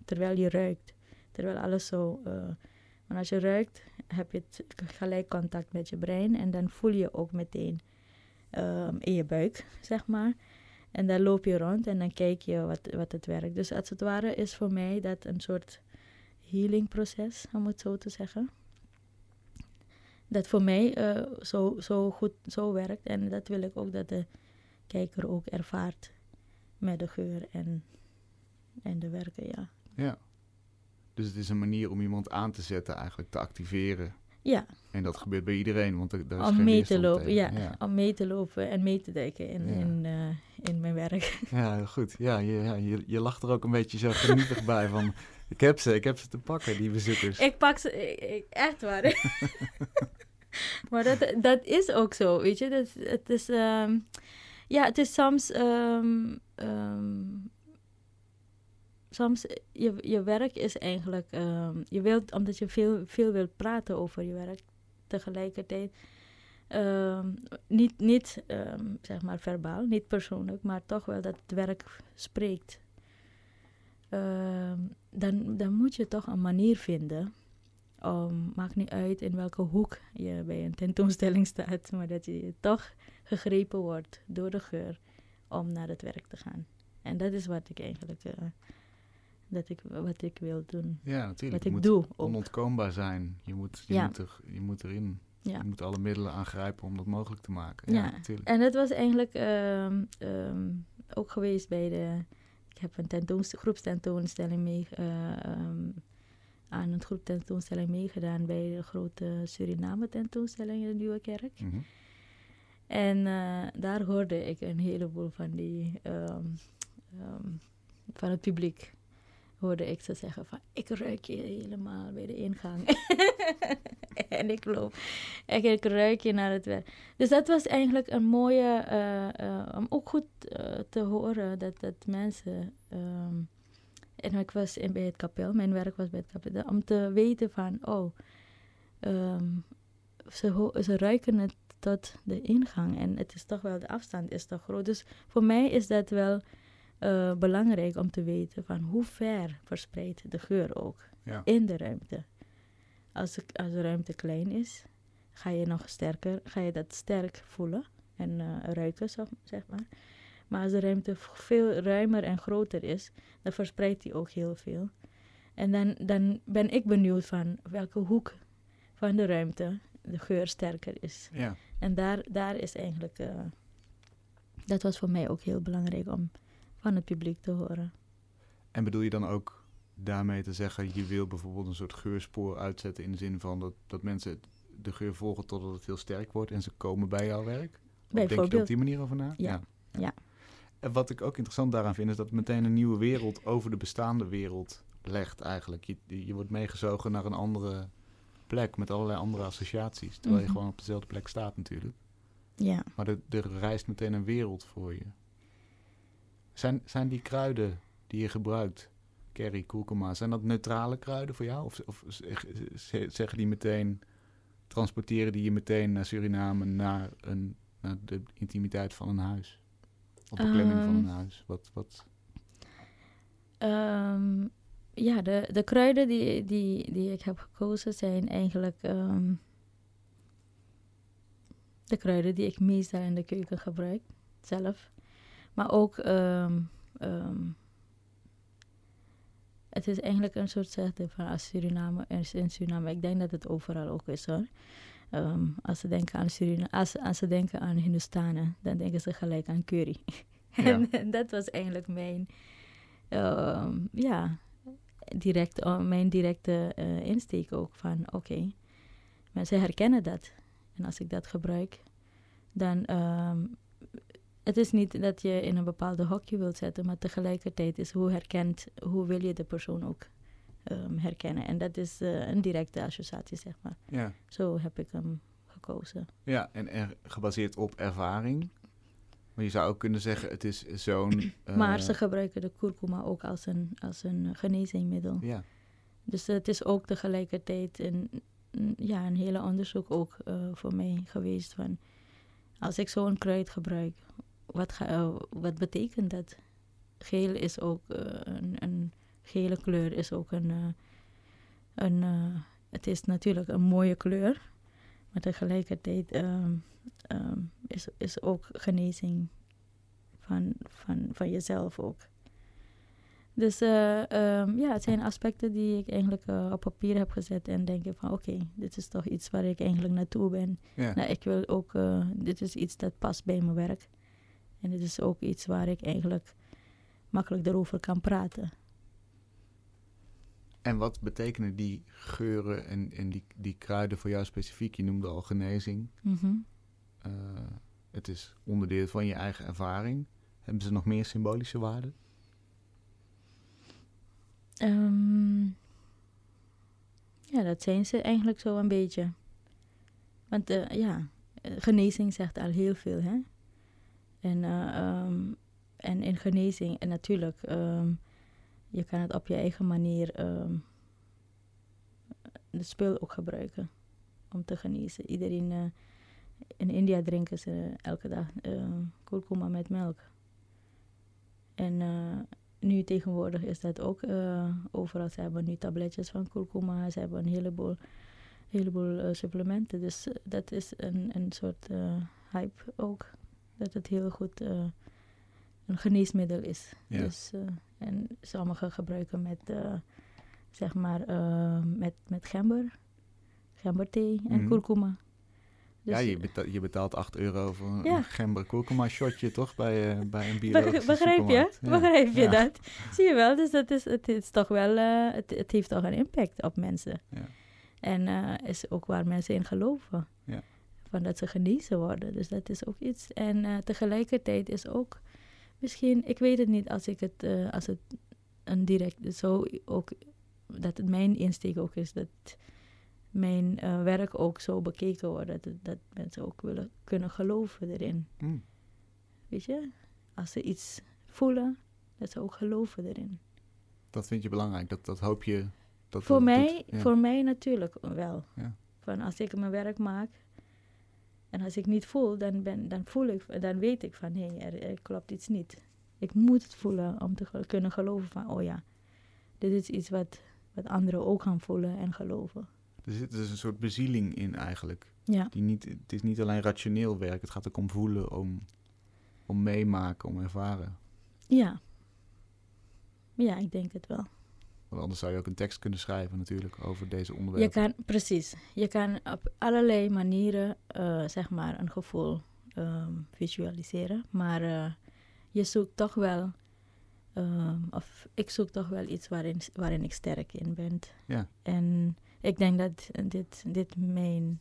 terwijl je ruikt. Terwijl alles zo... Uh, want als je ruikt, heb je het gelijk contact met je brein. En dan voel je ook meteen um, in je buik, zeg maar. En dan loop je rond en dan kijk je wat, wat het werkt. Dus als het ware is voor mij dat een soort healingproces, om het zo te zeggen. Dat voor mij uh, zo, zo goed zo werkt. En dat wil ik ook dat de kijker ook ervaart met de geur en, en de werken, ja. Ja. Dus het is een manier om iemand aan te zetten, eigenlijk te activeren. Ja. En dat gebeurt bij iedereen, want er, daar is om geen mee te lopen, tegen. ja. ja. Om mee te lopen en mee te duiken in, ja. in, uh, in mijn werk. Ja, heel goed. Ja, je, ja je, je lacht er ook een beetje zo geniepig bij van... Ik heb ze, ik heb ze te pakken, die bezoekers. Ik pak ze, ik, ik, echt waar. Maar dat, dat is ook zo, weet je. Dat, het is, um, ja, het is soms... Um, um, soms, je, je werk is eigenlijk... Um, je wilt, omdat je veel, veel wilt praten over je werk, tegelijkertijd... Um, niet, niet um, zeg maar verbaal, niet persoonlijk, maar toch wel dat het werk spreekt. Um, dan, dan moet je toch een manier vinden... Um, maakt niet uit in welke hoek je bij een tentoonstelling staat, maar dat je toch gegrepen wordt door de geur om naar het werk te gaan. En dat is wat ik eigenlijk uh, dat ik, wat ik wil doen. Ja, natuurlijk. Wat je ik moet doe onontkoombaar zijn. Je moet, je, ja. moet, er, je moet erin. Ja. Je moet alle middelen aangrijpen om dat mogelijk te maken. Ja, ja natuurlijk. En dat was eigenlijk um, um, ook geweest bij de... Ik heb een tentoonst- groepstentoonstelling mee... Uh, um, aan een groep tentoonstelling meegedaan bij de grote Suriname tentoonstelling in de Nieuwe Kerk. Mm-hmm. En uh, daar hoorde ik een heleboel van die, um, um, van het publiek, hoorde ik ze zeggen van, ik ruik je helemaal bij de ingang. En ik loop en ik ruik je naar het werk. Dus dat was eigenlijk een mooie, uh, uh, om ook goed uh, te horen dat, dat mensen... Um, En ik was in, bij het kapel, mijn werk was bij het kapel, om te weten van, oh, um, ze, ho- ze ruiken het tot de ingang en het is toch wel, de afstand is toch groot. Dus voor mij is dat wel uh, belangrijk om te weten van hoe ver verspreidt de geur ook ja. in de ruimte. Als de, als de ruimte klein is, ga je nog sterker, ga je dat sterk voelen en uh, ruiken, zo, zeg maar. Maar als de ruimte veel ruimer en groter is, dan verspreidt die ook heel veel. En dan, dan ben ik benieuwd van welke hoek van de ruimte de geur sterker is. Ja. En daar, daar is eigenlijk... Uh, dat was voor mij ook heel belangrijk om van het publiek te horen. En bedoel je dan ook daarmee te zeggen, je wil bijvoorbeeld een soort geurspoor uitzetten in de zin van dat, dat mensen de geur volgen totdat het heel sterk wordt en ze komen bij jouw werk? Of denk je er op die manier over na? Ja. ja. ja. ja. En wat ik ook interessant daaraan vind, is dat het meteen een nieuwe wereld over de bestaande wereld legt eigenlijk. Je, je wordt meegezogen naar een andere plek met allerlei andere associaties. Terwijl mm-hmm. je gewoon op dezelfde plek staat natuurlijk. Ja. Maar er, er reist meteen een wereld voor je. Zijn, zijn die kruiden die je gebruikt, curry, kurkuma, zijn dat neutrale kruiden voor jou? Of, of zeggen die meteen, transporteren die je meteen naar Suriname, naar, een, naar de intimiteit van een huis? Op de klemming um, van een huis? Wat, wat? Um, ja, de, de kruiden die, die, die ik heb gekozen zijn eigenlijk um, de kruiden die ik meestal in de keuken gebruik, zelf. Maar ook, um, um, het is eigenlijk een soort zegde van als Suriname, in Suriname. Ik denk dat het overal ook is hoor. Um, als, ze denken aan Suriname, als, als ze denken aan Hindustanen, dan denken ze gelijk aan curry. Ja. en, en dat was eigenlijk mijn, um, ja, direct, uh, mijn directe uh, insteek ook van oké, okay, mensen herkennen dat. En als ik dat gebruik, dan, um, het is niet dat je in een bepaalde hokje wilt zetten, maar tegelijkertijd is hoe herkent, hoe wil je de persoon ook Um, herkennen. En dat is uh, een directe associatie, zeg maar. Ja. Zo heb ik hem gekozen. Ja, en er, gebaseerd op ervaring. Maar je zou ook kunnen zeggen, het is zo'n... Uh, maar ze gebruiken de kurkuma ook als een, als een geneesmiddel. Ja. Dus het is ook tegelijkertijd een, een, ja, een hele onderzoek ook uh, voor mij geweest van... Als ik zo'n kruid gebruik, wat, ga, uh, wat betekent dat? Geel is ook uh, een... een gele kleur is ook een... Uh, een uh, het is natuurlijk een mooie kleur. Maar tegelijkertijd um, um, is, is ook genezing van, van, van jezelf ook. Dus uh, um, ja, het zijn aspecten die ik eigenlijk uh, op papier heb gezet. En denk van oké, okay, dit is toch iets waar ik eigenlijk naartoe ben. Ja. Nou, ik wil ook, uh, dit is iets dat past bij mijn werk. En dit is ook iets waar ik eigenlijk makkelijk erover kan praten. En wat betekenen die geuren en, en die, die kruiden voor jou specifiek? Je noemde al genezing. Mm-hmm. Uh, het is onderdeel van je eigen ervaring. Hebben ze nog meer symbolische waarden? Um, ja, dat zijn ze eigenlijk zo een beetje. Want uh, ja, genezing zegt al heel veel, hè. En, uh, um, en in genezing, en natuurlijk, um, je kan het op je eigen manier, um, de spul ook gebruiken om te genezen. Iedereen, uh, in India drinken ze elke dag uh, kurkuma met melk. En uh, nu tegenwoordig is dat ook uh, overal. Ze hebben nu tabletjes van kurkuma, ze hebben een heleboel, heleboel uh, supplementen. Dus uh, dat is een, een soort uh, hype ook. Dat het heel goed uh, een geneesmiddel is. Ja. Dus, uh, en sommigen gebruiken met, uh, zeg maar, uh, met, met gember, gemberthee en mm. kurkuma. Dus ja, je betaalt, je betaalt acht euro voor een ja. gember kurkuma shotje, toch? Bij, uh, bij een biologische Begrijp je? Ja. Begrijp je ja. dat? Zie je wel? Dus dat is, het is toch wel, uh, het, het heeft toch een impact op mensen. Ja. En uh, is ook waar mensen in geloven. Ja. Van dat ze genezen worden. Dus dat is ook iets. En uh, tegelijkertijd is ook, misschien, ik weet het niet als ik het, uh, als het een direct, zo ook, dat het mijn insteek ook is, dat mijn uh, werk ook zo bekeken wordt, dat, dat mensen ook willen kunnen geloven erin. Mm. Weet je? Als ze iets voelen, dat ze ook geloven erin. Dat vind je belangrijk, dat, dat hoop je... Dat voor, dat mij, doet, ja. voor mij natuurlijk wel. Ja. Van als ik mijn werk maak en als ik niet voel, dan, ben, dan, voel ik, dan weet ik van hé, hey, er, er klopt iets niet. Ik moet het voelen om te ge- kunnen geloven van oh ja, dit is iets wat, wat anderen ook gaan voelen en geloven. Er zit dus een soort bezieling in eigenlijk. Ja. Die niet, het is niet alleen rationeel werk, het gaat ook om voelen, om, om meemaken, om ervaren. Ja. Ja, ik denk het wel. Want anders zou je ook een tekst kunnen schrijven natuurlijk over deze onderwerpen. Je kan, precies. Je kan op allerlei manieren, uh, zeg maar, een gevoel um, visualiseren. Maar uh, je zoekt toch wel, um, of ik zoek toch wel iets waarin, waarin ik sterk in ben. Ja. En ik denk dat dit, dit mijn,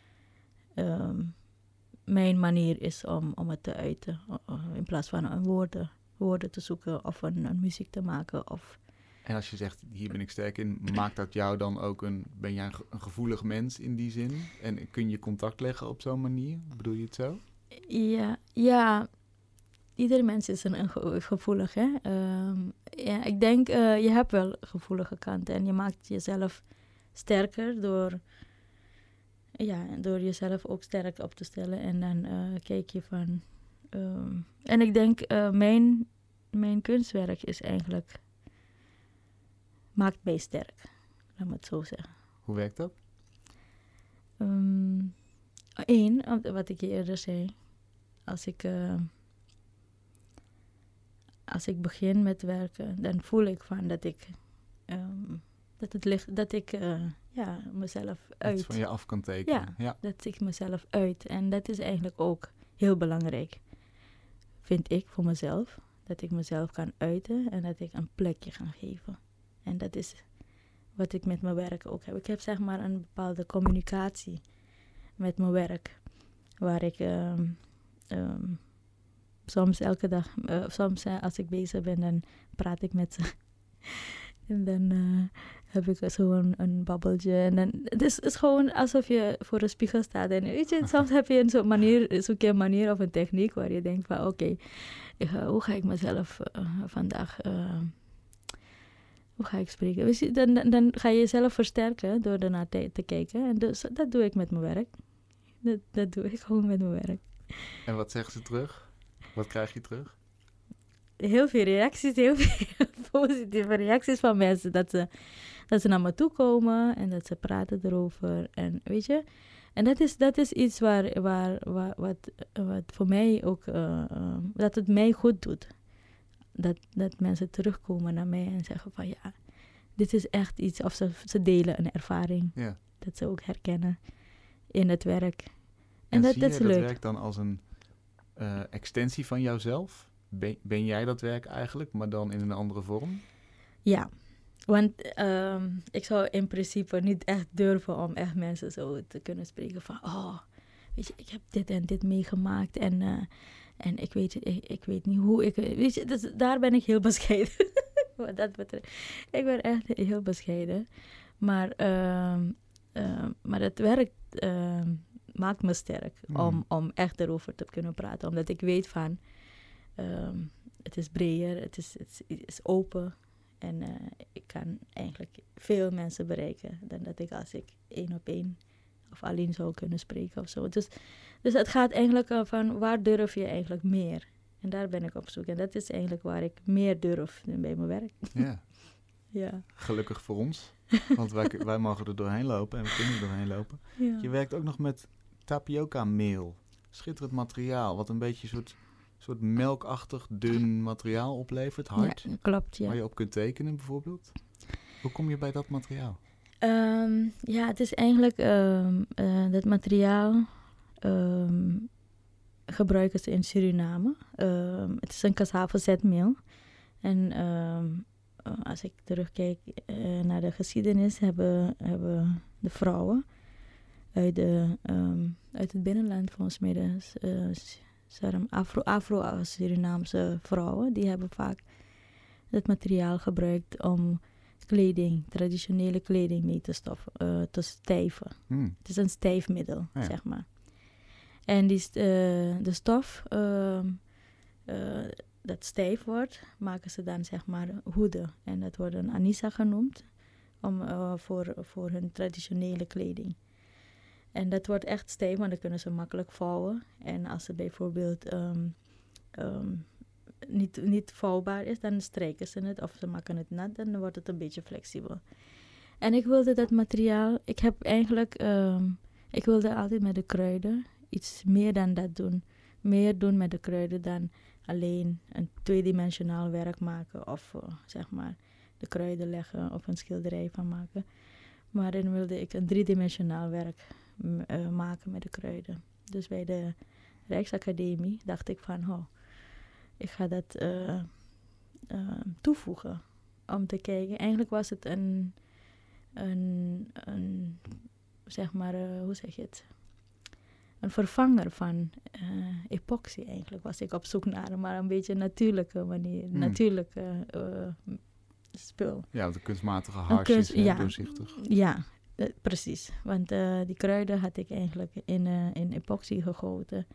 um, mijn manier is om, om het te uiten. Uh, in plaats van een woorden, woorden te zoeken of een, een muziek te maken of... En als je zegt, hier ben ik sterk in, maakt dat jou dan ook een... Ben jij een, ge- een gevoelig mens in die zin? En kun je contact leggen op zo'n manier? Bedoel je het zo? Ja, ja. Iedere mens is een, een ge- gevoelig, hè. Um, ja, ik denk, uh, je hebt wel gevoelige kanten. En je maakt jezelf sterker door... Ja, door jezelf ook sterk op te stellen. En dan uh, kijk je van... Um, en ik denk, uh, mijn, mijn kunstwerk is eigenlijk... Maakt mij sterk, laat me het zo zeggen. Hoe werkt dat? Um, Eén, wat ik je eerder zei. Als ik, uh, als ik begin met werken, dan voel ik van dat ik, um, dat het ligt, dat ik uh, ja, mezelf uit. Iets van je af kan tekenen. Ja, ja, dat ik mezelf uit. En dat is eigenlijk ook heel belangrijk, vind ik, voor mezelf. Dat ik mezelf kan uiten en dat ik een plekje kan geven. En dat is wat ik met mijn werk ook heb. Ik heb zeg maar een bepaalde communicatie met mijn werk. Waar ik um, um, soms elke dag, uh, soms uh, als ik bezig ben, dan praat ik met ze. En dan uh, heb ik zo een, een babbeltje. En dan, het is, is gewoon alsof je voor een spiegel staat. En weet je, soms heb je een soort manier, zoek je een manier of een techniek waar je denkt van oké, okay, hoe ga ik mezelf uh, vandaag... Uh, Hoe ga ik spreken? Dus dan, dan, dan ga je jezelf versterken door ernaar te, te kijken. En dus, dat doe ik met mijn werk. Dat, dat doe ik gewoon met mijn werk. En wat zeggen ze terug? Wat krijg je terug? heel veel reacties, heel veel positieve reacties van mensen. Dat ze, dat ze naar me toe komen en dat ze praten erover. En weet je, en dat is, dat is iets waar, waar, waar, wat, wat voor mij ook, uh, uh, dat het mij goed doet. Dat, dat mensen terugkomen naar mij en zeggen van ja, dit is echt iets, of ze, ze delen een ervaring. Ja. Dat ze ook herkennen in het werk. En, En dat, zie dat je is dat leuk. werk dan als een uh, extensie van jouzelf? Ben, ben jij dat werk eigenlijk, maar dan in een andere vorm? Ja, want um, ik zou in principe niet echt durven om echt mensen zo te kunnen spreken van, oh, weet je, ik heb dit en dit meegemaakt en, uh, en ik, weet, ik, ik weet niet hoe ik, weet je, dus daar ben ik heel bescheiden. Wat dat betreft. Ik ben echt heel bescheiden. Maar, uh, uh, maar het werk uh, maakt me sterk mm. om, om echt erover te kunnen praten. Omdat ik weet van, um, het is breder, het is, het is open. En uh, ik kan eigenlijk veel mensen bereiken dan dat ik als ik één op één of alleen zou kunnen spreken of zo. Dus, dus het gaat eigenlijk uh, van waar durf je eigenlijk meer? En daar ben ik op zoek. En dat is eigenlijk waar ik meer durf bij mijn werk. Ja. Ja. Gelukkig voor ons. Want wij, wij mogen er doorheen lopen en we kunnen er doorheen lopen. Ja. Je werkt ook nog met tapioca meel. Schitterend materiaal. Wat een beetje een soort, soort melkachtig dun materiaal oplevert. Hard. Ja, klopt, ja. Waar je op kunt tekenen bijvoorbeeld. Hoe kom je bij dat materiaal? Um, ja, het is eigenlijk um, uh, dat materiaal um, gebruiken ze in Suriname. Um, het is een cassava-zetmeel. En um, uh, als ik terugkijk uh, naar de geschiedenis, hebben, hebben de vrouwen uit, de, um, uit het binnenland, volgens mij de uh, Afro, Afro-Surinaamse vrouwen, die hebben vaak het materiaal gebruikt om kleding, traditionele kleding mee te, stof, uh, te stijven. Mm. Het is een stijfmiddel, ja. zeg maar. En die, uh, de stof uh, uh, dat stijf wordt, maken ze dan zeg maar hoeden. En dat wordt een anissa genoemd om, uh, voor, voor hun traditionele kleding. En dat wordt echt stijf, want dan kunnen ze makkelijk vouwen. En als ze bijvoorbeeld um, um, niet, niet vouwbaar is, dan strijken ze het of ze maken het nat, dan wordt het een beetje flexibel. En ik wilde dat materiaal, ik heb eigenlijk, um, ik wilde altijd met de kruiden iets meer dan dat doen. Meer doen met de kruiden dan alleen een tweedimensionaal werk maken of uh, zeg maar de kruiden leggen of een schilderij van maken. Maar dan wilde ik een driedimensionaal werk uh, maken met de kruiden. Dus bij de Rijksacademie dacht ik van, oh, ik ga dat uh, uh, toevoegen om te kijken. Eigenlijk was het een, een, een zeg maar, uh, hoe zeg je het? Een vervanger van uh, epoxy eigenlijk was ik op zoek naar, maar een beetje natuurlijke manier, mm. natuurlijke uh, spul. Ja, de kunstmatige hars kunst, is ja, doorzichtig. Ja, uh, precies. Want uh, die kruiden had ik eigenlijk in, uh, in epoxy gegoten.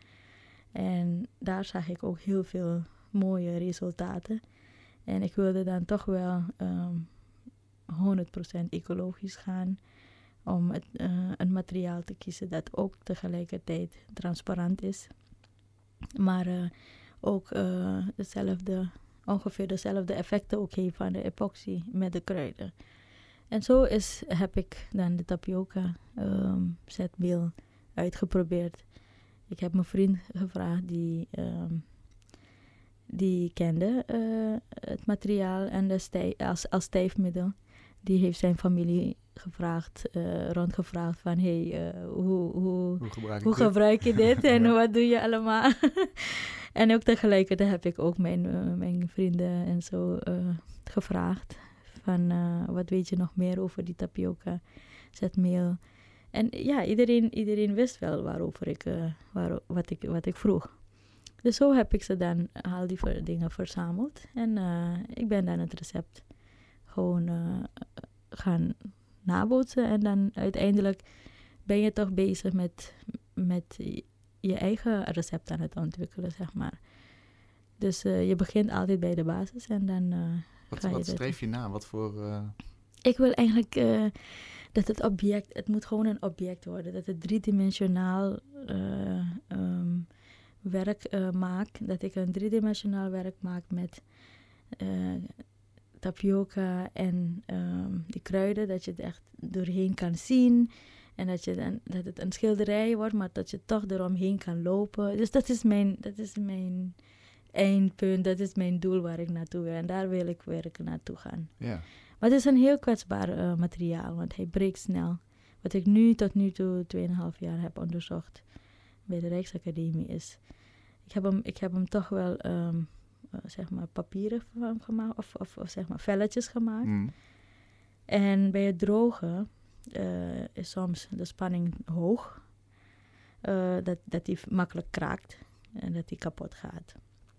En daar zag ik ook heel veel mooie resultaten. En ik wilde dan toch wel um, honderd procent ecologisch gaan. Om het, uh, een materiaal te kiezen dat ook tegelijkertijd transparant is. Maar uh, ook uh, dezelfde, ongeveer dezelfde effecten ook heeft van de epoxy met de kruiden. En zo is, heb ik dan de tapioca um, zetmeel uitgeprobeerd. Ik heb mijn vriend gevraagd die, um, die kende uh, het materiaal en de stij, als, als stijfmiddel. Die heeft zijn familie gevraagd, uh, rondgevraagd van, hey, uh, hoe, hoe, hoe, gebruik, hoe gebruik je dit en ja. wat doe je allemaal? En ook tegelijkertijd heb ik ook mijn, uh, mijn vrienden en zo uh, gevraagd van, uh, wat weet je nog meer over die tapioca zetmeel? En ja, iedereen, iedereen wist wel waarover ik, uh, waar, wat, ik, wat ik vroeg. Dus zo heb ik ze dan al die ver- dingen verzameld. En uh, ik ben dan het recept gewoon uh, gaan nabootsen. En dan uiteindelijk ben je toch bezig met, met je eigen recept aan het ontwikkelen, zeg maar. Dus uh, je begint altijd bij de basis en dan uh, wat, ga je wat streef je na? Wat voor... Uh... Ik wil eigenlijk uh, dat het object, het moet gewoon een object worden. Dat het driedimensionaal uh, um, werk uh, maak, dat ik een driedimensionaal werk maak met uh, tapioca en um, die kruiden, dat je het echt doorheen kan zien en dat, je dan, dat het een schilderij wordt, maar dat je toch eromheen kan lopen. Dus dat is mijn, dat is mijn eindpunt, dat is mijn doel waar ik naartoe wil en daar wil ik werken naartoe gaan. Ja. Maar het is een heel kwetsbaar uh, materiaal, want hij breekt snel. Wat ik nu tot nu toe tweeënhalf jaar heb onderzocht bij de Rijksacademie is, ik heb hem, ik heb hem toch wel, um, uh, zeg maar, papieren van gemaakt, of, of, of zeg maar, velletjes gemaakt. Mm. En bij het drogen uh, is soms de spanning hoog, uh, dat, dat die makkelijk kraakt en dat die kapot gaat.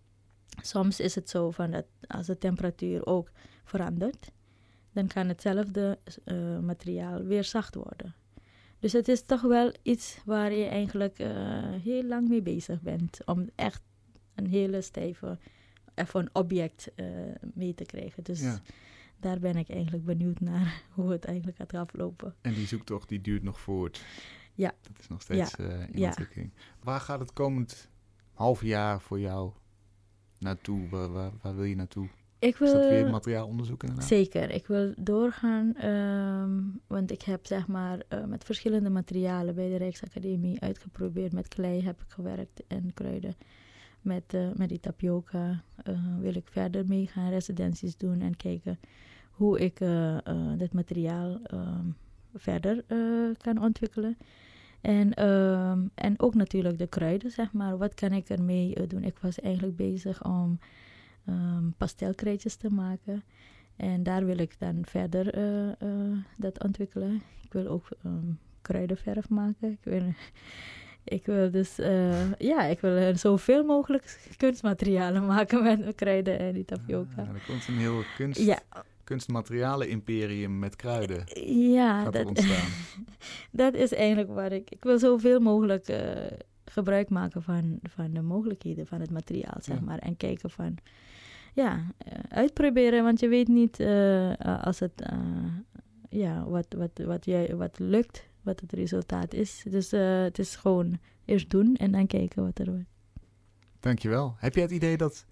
Soms is het zo van dat als de temperatuur ook verandert, dan kan hetzelfde uh, materiaal weer zacht worden. Dus het is toch wel iets waar je eigenlijk uh, heel lang mee bezig bent. Om echt een hele stijve, even een object uh, mee te krijgen. Dus ja. daar ben ik eigenlijk benieuwd naar hoe het eigenlijk gaat aflopen. En die zoektocht die duurt nog voort. Ja. Dat is nog steeds ja. uh, in ja. ontwikkeling. Waar gaat het komend half jaar voor jou naartoe? Waar, waar, waar wil je naartoe? Ik wil, is dat weer materiaalonderzoek inderdaad? Zeker. Ik wil doorgaan, um, want ik heb zeg maar uh, met verschillende materialen bij de Rijksacademie uitgeprobeerd. Met klei heb ik gewerkt en kruiden. Met, uh, met die tapioca uh, wil ik verder mee gaan, residenties doen en kijken hoe ik uh, uh, dit materiaal uh, verder uh, kan ontwikkelen. En, um, en ook natuurlijk de kruiden, zeg maar. Wat kan ik ermee uh, doen? Ik was eigenlijk bezig om um, pastelkrijtjes te maken. En daar wil ik dan verder uh, uh, dat ontwikkelen. Ik wil ook um, kruidenverf maken. Ik wil, ik wil dus, uh, ja, ik wil uh, zoveel mogelijk kunstmaterialen maken met mijn kruiden en die tapioca. Ah, er komt een heel kunst... Ja. kunstmaterialen-imperium met kruiden ja, gaat dat, er ontstaan. dat is eigenlijk waar ik... Ik wil zoveel mogelijk uh, gebruik maken van, van de mogelijkheden van het materiaal, zeg ja. maar. En kijken van... Ja, uh, uitproberen, want je weet niet uh, als het... Uh, ja, wat, wat, wat, jij, wat lukt, wat het resultaat is. Dus uh, het is gewoon eerst doen en dan kijken wat er wordt. Dankjewel. Heb jij het idee dat...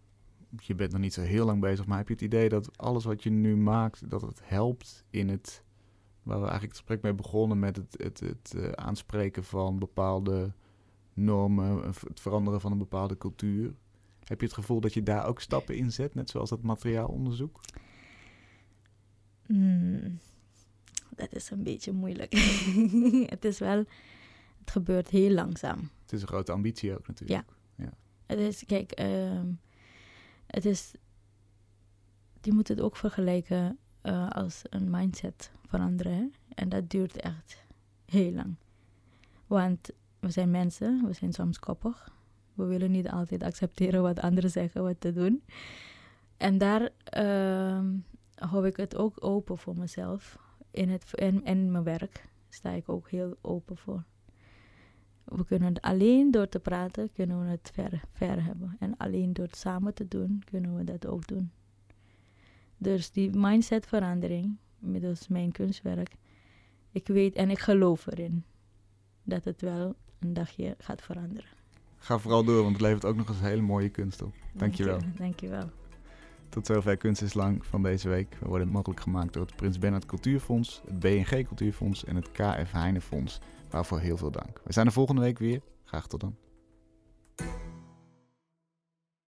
Je bent nog niet zo heel lang bezig, maar heb je het idee dat alles wat je nu maakt, dat het helpt in het, waar we eigenlijk het gesprek mee begonnen met het, het, het uh, aanspreken van bepaalde normen, het veranderen van een bepaalde cultuur? Heb je het gevoel dat je daar ook stappen in zet, net zoals dat materiaalonderzoek? Hmm, dat is een beetje moeilijk. Het is wel, het gebeurt heel langzaam. Het is een grote ambitie ook natuurlijk. Ja, ja. Het is, kijk... Um, Het is, je moet het ook vergelijken uh, als een mindset veranderen. Hè? En dat duurt echt heel lang. Want we zijn mensen, we zijn soms koppig. We willen niet altijd accepteren wat anderen zeggen, wat te doen. En daar uh, hou ik het ook open voor mezelf. In, het, in, in mijn werk sta ik ook heel open voor. We kunnen het alleen door te praten, kunnen we het ver, ver hebben. En alleen door het samen te doen, kunnen we dat ook doen. Dus die mindsetverandering, middels mijn kunstwerk, ik weet en ik geloof erin dat het wel een dagje gaat veranderen. Ga vooral door, want het levert ook nog eens hele mooie kunst op. Dankjewel. Dank je, dankjewel. Tot zover Kunst is Lang van deze week. We worden mogelijk gemaakt door het Prins Bernhard Cultuurfonds, het B N G Cultuurfonds en het K F Heine Fonds. Waarvoor heel veel dank. We zijn er volgende week weer. Graag tot dan.